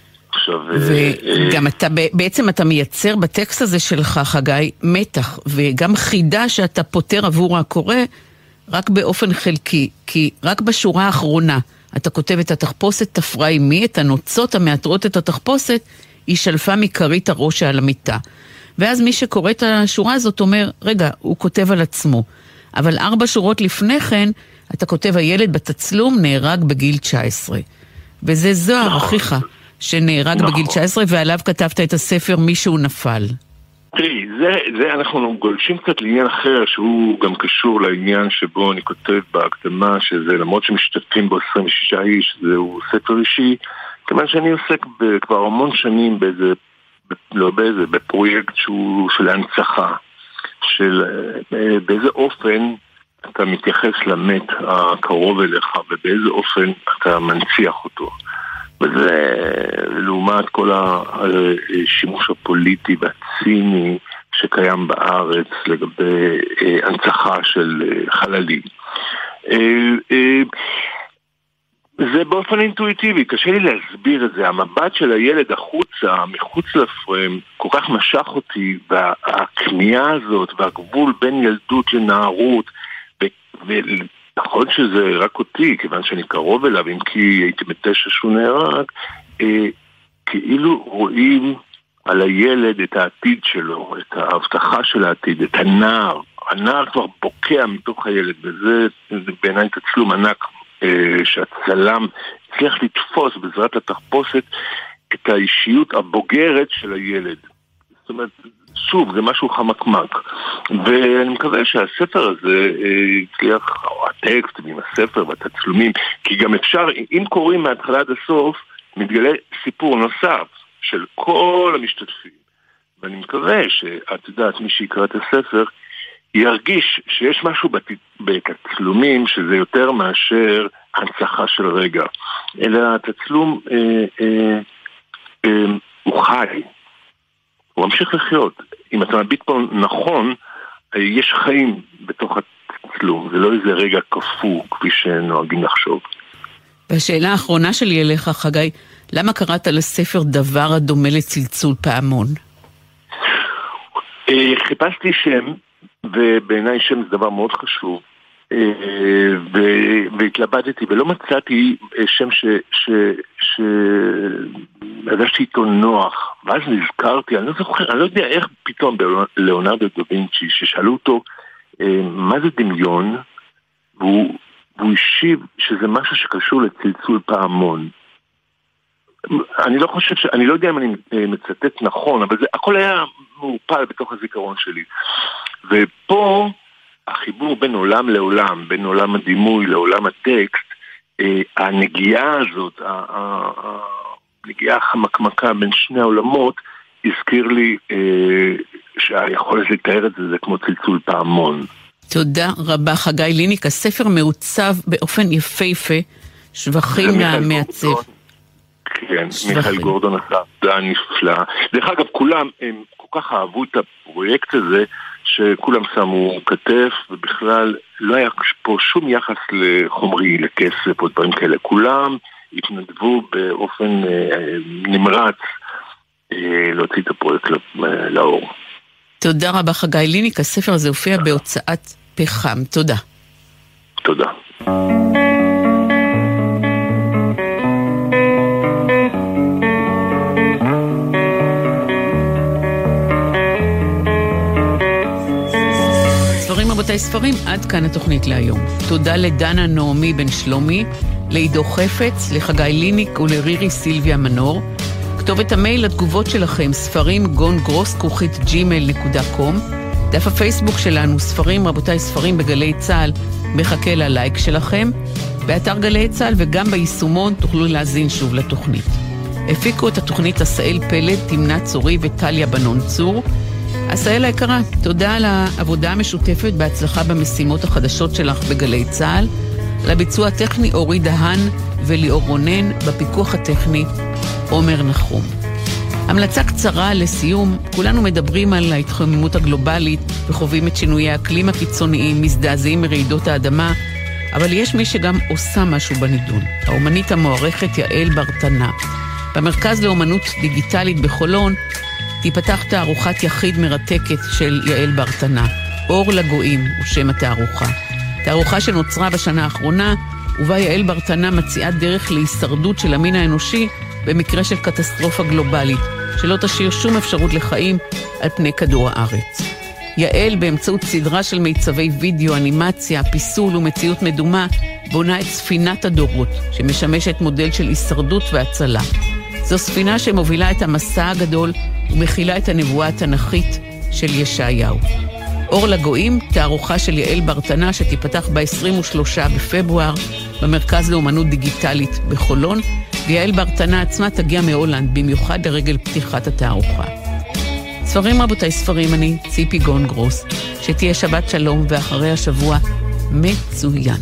וגם אתה, בעצם אתה מייצר בטקסט הזה שלך, חגי, מתח, וגם חידה שאתה פותר עבור הקורא, רק באופן חלקי, כי רק בשורה האחרונה, אתה כותב את התחפושת תפרה עימי, את הנוצות המאתרות את התחפושת, היא שלפה מכרית הראש על המיטה. ואז מי שקורא את השורה הזאת אומר, רגע, הוא כותב על עצמו. אבל 4 שורות לפני כן, אתה כותב, הילד בתצלום נהרג בגיל 19. וזה זוהר, אחיך, שנהרג בגיל 19, ועליו כתבת את הספר מישהו נפל.
תראי, זה אנחנו גולשים קצת לעניין אחר, שהוא גם קשור לעניין שבו אני כותב בהקדמה, שזה למרות שמשתתפים בו 26 איש, זהו ספר אישי, כיוון שאני עוסק כבר המון שנים בפרויקט שהוא של הנצחה, של באיזה אופן אתה מתייחס למת הקרוב אליך, ובאיזה אופן אתה מנציח אותו. וזה לעומת כל השימוש הפוליטי והציני שקיים בארץ לגבי הנצחה של חללים. זה באופן אינטואיטיבי, קשה לי להסביר את זה. המבט של הילד החוצה, מחוץ לפריים, כל כך משך אותי, והקנייה הזאת והגבול בין ילדות לנערות, נכון שזה רק אותי, כיוון שאני קרוב אליו, אם כי הייתי ב9 שהוא נהרג, כאילו רואים על הילד את העתיד שלו, את ההבטחה של העתיד, את הנער. הנער כבר בוקע מתוך הילד, וזה בעיניי תצלום ענק שהצלם הצליח לתפוס בעזרת התחפושת את האישיות הבוגרת של הילד. זאת אומרת, שוב, זה משהו חמקמק. ואני מקווה שהספר הזה הצליח, או הטקסט עם הספר והתצלומים, כי גם אפשר, אם קוראים מההתחלה עד הסוף, מתגלה סיפור נוסף של כל המשתתפים. ואני מקווה שאת יודעת, מי שיקרא את הספר, ירגיש שיש משהו בתצלומים שזה יותר מאשר הנצחה של רגע. אלא התצלום הוא חי. הוא ממשיך לחיות. אם אתה מביט פה נכון, יש חיים בתוך התצלום. זה לא איזה רגע קפוא, כפי שנוהגים לחשוב.
והשאלה האחרונה שלי אליך, חגי, למה קראת לספר דבר הדומה לצלצול פעמון?
חיפשתי שם, ובעיניי שם זה דבר מאוד חשוב, והתלבטתי, ולא מצאתי שם שהרגשתי איתו נוח, ואז נזכרתי, אני לא זוכר, אני לא יודע איך פתאום בלאונרדו דה וינצ'י, ששאלו אותו מה זה דמיון, והוא השיב שזה משהו שקשור לצלצול פעמון. אני לא חושב אני לא יודע אם אני מצטט נכון, אבל הכל היה מעופל בתוך הזיכרון שלי. ופה החיבור בין עולם לעולם, בין עולם הדימוי לעולם הטקסט, הנגיעה הזאת, הנגיעה החמקמקה בין שני העולמות, הזכיר לי שהיכולת לתאר את זה כמו צלצול פעמון.
תודה רבה חגי ליניק, הספר מעוצב באופן יפהפה, שבחים מהמעצב.
כן, מיכאל גורדון עשה עבודה נפלאה. דרך אגב, כולם הם כל כך אהבו את הפרויקט הזה, שכולם שמו כתף, ובכלל לא היה פה שום יחס לחומרי, לכסף או דברים כאלה. כולם התנדבו באופן נמרץ להוציא את הפרויקט לאור.
תודה רבה חגי ליניק, הספר הזה הופיע בהוצאת פחם. תודה.
תודה.
רבותיי ספרים, עד כאן התוכנית להיום. תודה לדנה נעמי בן שלומי, לעידו חפץ, לחגי ליניק ולרירי סילביה מנור. כתובת המייל לתגובות שלכם, ספרים gongros@gmail.com. דף הפייסבוק שלנו, ספרים, רבותיי ספרים בגלי צהל, מחכה ללייק שלכם. באתר גלי צהל וגם ביישומון תוכלו להזין שוב לתוכנית. הפיקו את התוכנית עשאל פלד, תמנה צורי וטליה בנון צור. עשאל היקרה, תודה על העבודה המשותפת, בהצלחה במשימות החדשות שלך בגלי צהל. לביצוע הטכני אורי דהן וליאור רונן, בפיקוח הטכני עומר נחום. המלצה קצרה לסיום, כולנו מדברים על ההתחממות הגלובלית וחווים את שינויי האקלים הקיצוניים, מזדעזעים מרעידות האדמה, אבל יש מי שגם עושה משהו בנידון. האומנית המוערכת יעל ברטנה. במרכז לאומנות דיגיטלית בחולון תיפתח תערוכת יחיד מרתקת של יעל ברטנה. אור לגויים הוא שם התערוכה. תערוכה שנוצרה בשנה האחרונה, ובה יעל ברטנה מציעה דרך להישרדות של המין האנושי במקרה של קטסטרופה גלובלית, שלא תשאיר שום אפשרות לחיים על פני כדור הארץ. יעל באמצעות סדרה של מיצבי וידאו, אנימציה, פיסול ומציאות מדומה, בונה את ספינת הדורות, שמשמשת מודל של הישרדות והצלה. זו ספינה שמובילה את המסע הגדול ומכילה את הנבואה התנ"כית של ישעיהו. אור לגויים, תערוכה של יעל ברטנה שתיפתח ב-23 בפברואר במרכז לאומנות דיגיטלית בחולון, ויעל ברטנה עצמה תגיע מהולנד במיוחד לרגל פתיחת התערוכה. ספרים רבותיי ספרים, אני ציפי גונגרוס, שתהיה שבת שלום ואחרי השבוע מצוין.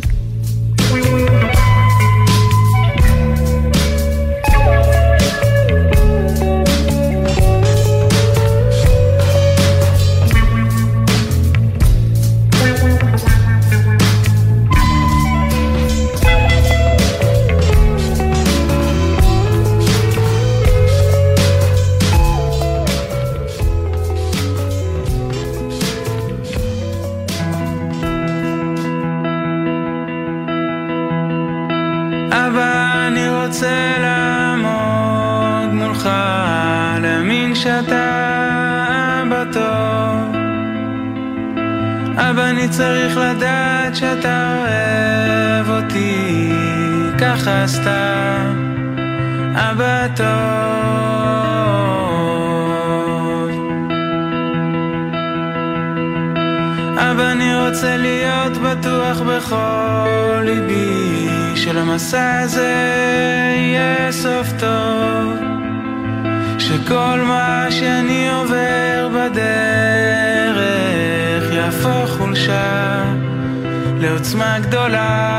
שאתה אבא טוב, אבא אני צריך לדעת שאתה אוהב אותי ככה סתם, אבא טוב. אבא אני רוצה להיות בטוח בכל ליבי שלמסע הזה יהיה סוף טוב, שכל מה שאני עובר בדרך יהפוך חולשה לעוצמה גדולה.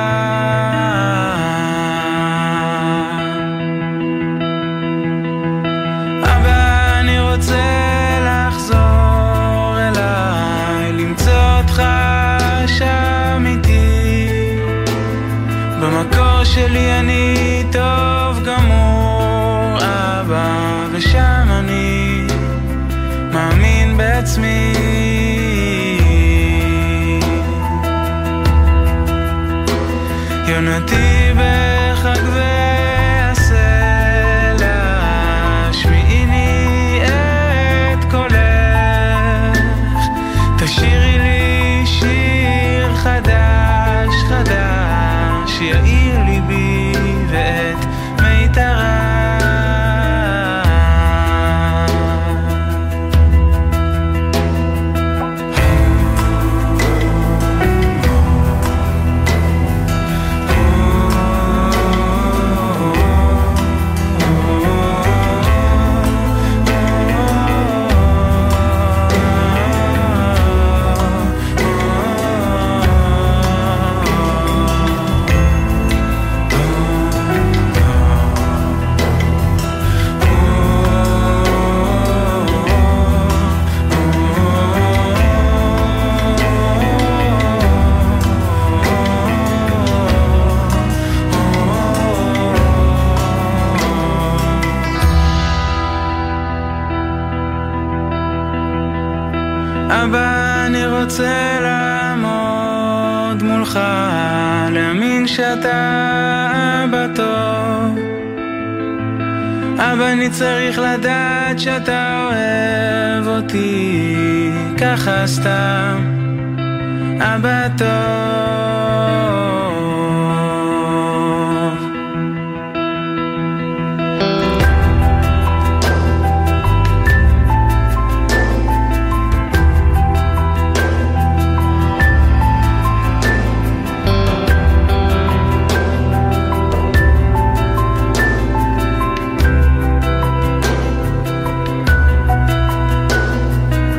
אבא אני רוצה לחזור אליי, למצוא אותך שם איתי, במקור שלי אני טוב גמור אבא, ושם אני מאמין בעצמי. יונתי בחג והסלע, שמיעיני את קולך, תשירי לי שיר חדש חדש, יאיר ליבי ואת מיתרה. אבא אני רוצה לעמוד מולך, להאמין שאתה אבא טוב, אבא אני צריך לדעת שאתה אוהב אותי ככה סתם, אבא טוב.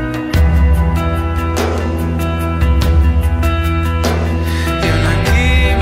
יונתי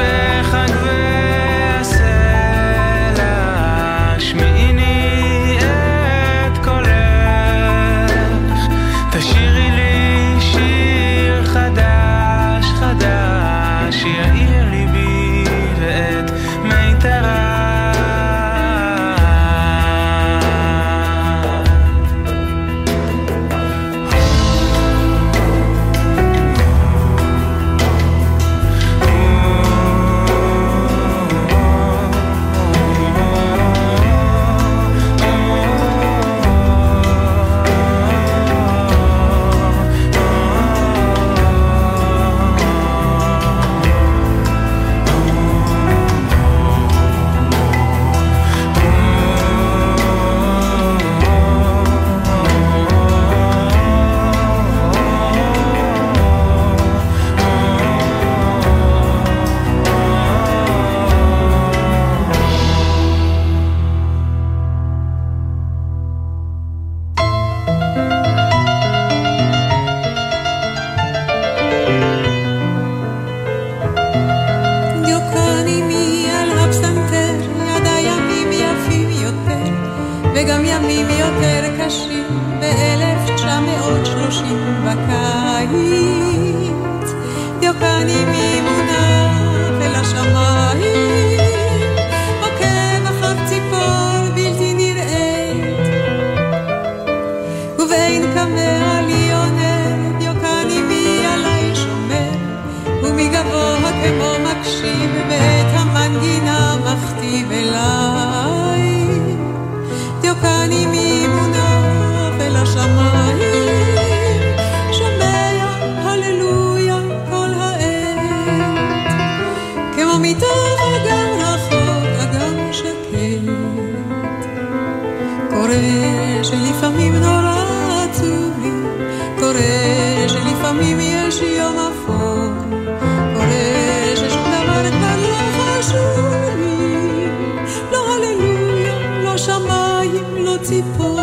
שלפעמים נורא עצוב לי, קורה שלפעמים יש יום אפור, קורה ששום דבר כבר לא חשוב לי, לא הללויה, לא שמיים, לא ציפור.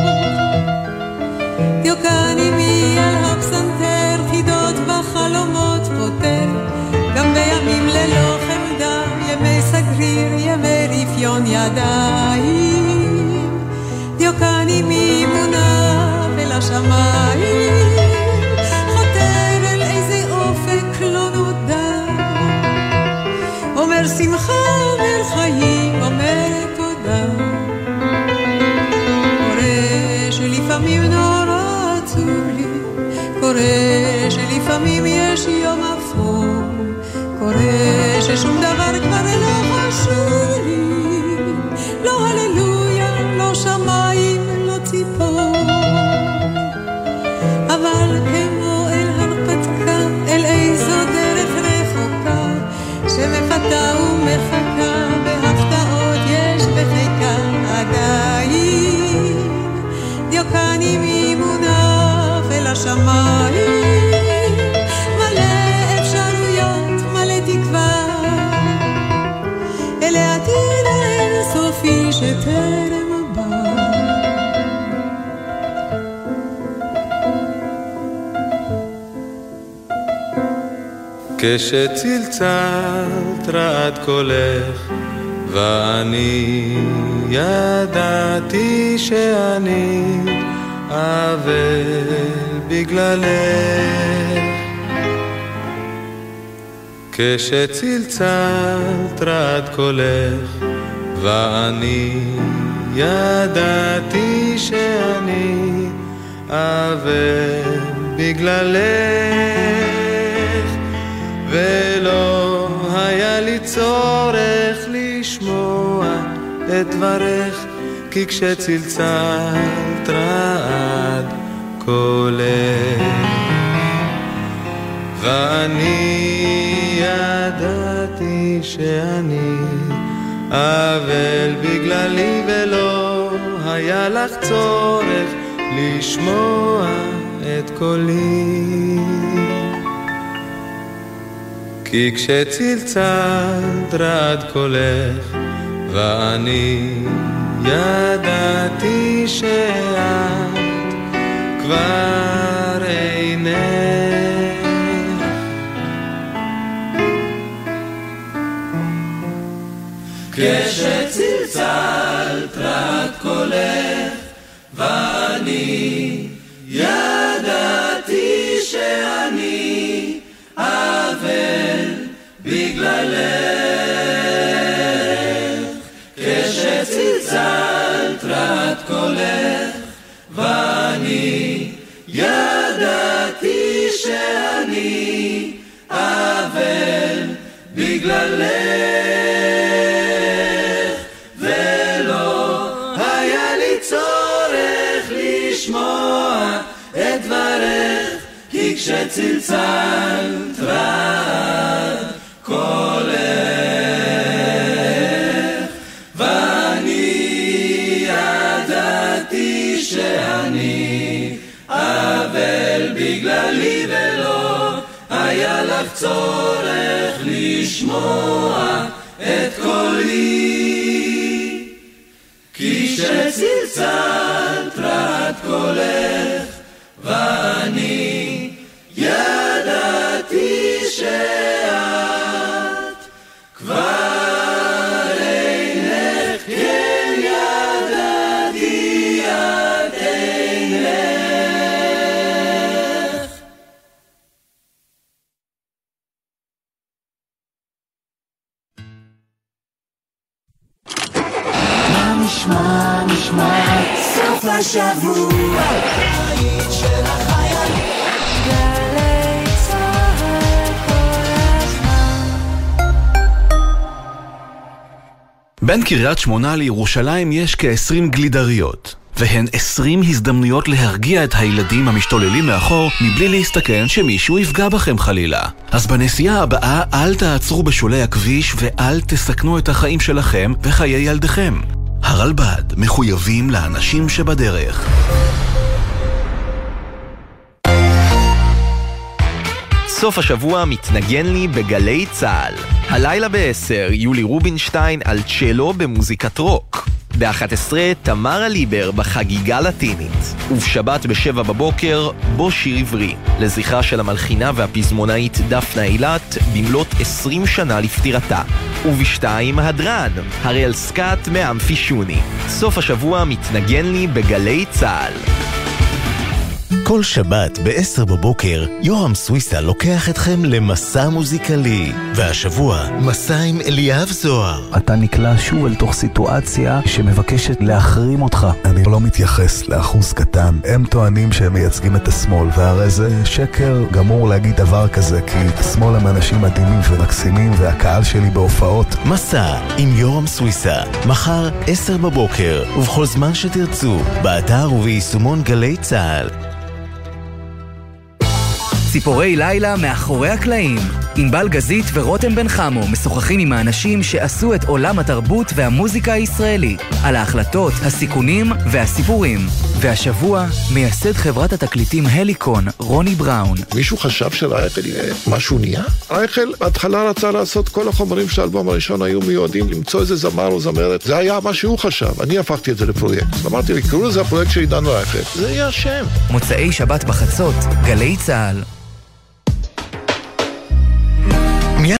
דיוקן עמי על הפסנתר, חידות וחלומות פותר, גם בימים ללא חמדה, ימי סגריר, ימי רפיון ידיים. דיוקן עמי אמונה ולשמיים, חותר אל איזה אופק לא נודע, אומר שמחה, אומר חיים, אומר תודה. קורה שלפעמים נורא עצוב לי, קורה שלפעמים יש יום אפור, קורה ששום דבר כבר לא חשוב לי, לא הללויה, לא שמיים, לא ציפור. אבל כמו אל הרפתקה, אל איזו דרך רחוקה, שמפתה ומחכה, בהפתעות יש בחיקה עדיין. דיוקן עם אמונה ולשמיים, מלא אפשרויות, מלא תקווה, אל העתיד האינסופי שטרם הבא.
כשצלצלת רעד קולך ואני ידעתי שאני אבל בגללך. כשצלצלת רעד קולך ואני ידעתי שאני אבל בגללך, ולא היה לי צורך לשמוע את דברך, כי כשצלצלת רעד קולך ואני ידעתי שאני אבל בגללי, ולא היה לך צורך לשמוע את קולי, כי כשצלצלת רעד קולך ואני ידעתי שאת כבר אינך.
כשצלצלת רעד קולך ואני ידעתי שאני אבל בגללך. כשצלצלת רעד קולך ואני ידעתי שאני אבל בגללך, ולא היה לי צורך לשמוע את דברך, כי כשצלצלת רעד קולך ואני ידעתי שאני אבל בגללי, ולא היה לך צורך לשמוע את קולי, כי כשצלצלת רעד קולך ואני ידעתי שאת כבר אינך, כן ידעתי את אינך.
מה נשמע, נשמע סוף השבוע היית של החייל גלי צהל כל הזמן.
בין קריית שמונה לירושלים יש כ-20 גלידריות, והן 20 הזדמנויות להרגיע את הילדים המשתוללים מאחור מבלי להסתכן שמישהו יפגע בכם חלילה. אז בנסיעה הבאה אל תעצרו בשולי הכביש ואל תסכנו את החיים שלכם וחיי ילדיכם. הרלב"ד, מחויבים לאנשים שבדרך.
סוף השבוע מתנגן לי בגלי צהל. הלילה ב-10 יולי רובינשטיין על צ'לו במוזיקת רוק. ב-11 תמרה ליבר בחגיגה לטינית. ובשבת ב-7 בבוקר בו שיר עברי, לזכרה של המלחינה והפזמונאית דפנה אילת במלאת 20 שנה לפטירתה. וב-2 הדרן, הראל סקאט מאמפי שוני. סוף השבוע מתנגן לי בגלי צהל.
כל שבת ב-10 בבוקר, יורם סוויסה לוקח אתכם למסע מוזיקלי. והשבוע, מסע עם אליאב זוהר.
אתה נקלע שוב אל תוך סיטואציה שמבקשת להחרים אותך.
אני לא מתייחס לאחוז קטן. הם טוענים שהם מייצגים את השמאל, והרי זה שקר גמור להגיד דבר כזה, כי השמאל הם אנשים מדהימים ומקסימים, והקהל שלי בהופעות.
מסע עם יורם סוויסה, מחר 10 בבוקר, ובכל זמן שתרצו, באתר וביישומון גלי צהל.
ציפורי לילה מאחורי הקלעים. ענבל גזית ורותם בן חמו משוחחים עם האנשים שעשו את עולם התרבות והמוזיקה הישראלי, על ההחלטות, הסיכונים והסיפורים. והשבוע מייסד חברת התקליטים הליקון, רוני בראון.
מישהו חשב שרייכל יהיה משהו נהיה? רייכל בהתחלה רצה לעשות כל החומרים של האלבום הראשון היו מיועדים למצוא איזה זמר או זמרת. זה היה מה שהוא חשב. אני הפכתי את זה לפרויקט. אמרתי לי, קראו לזה הפרויקט של עידן רייכל. זה יהיה השם.
מוצאי שבת בחצות, גלי צהל.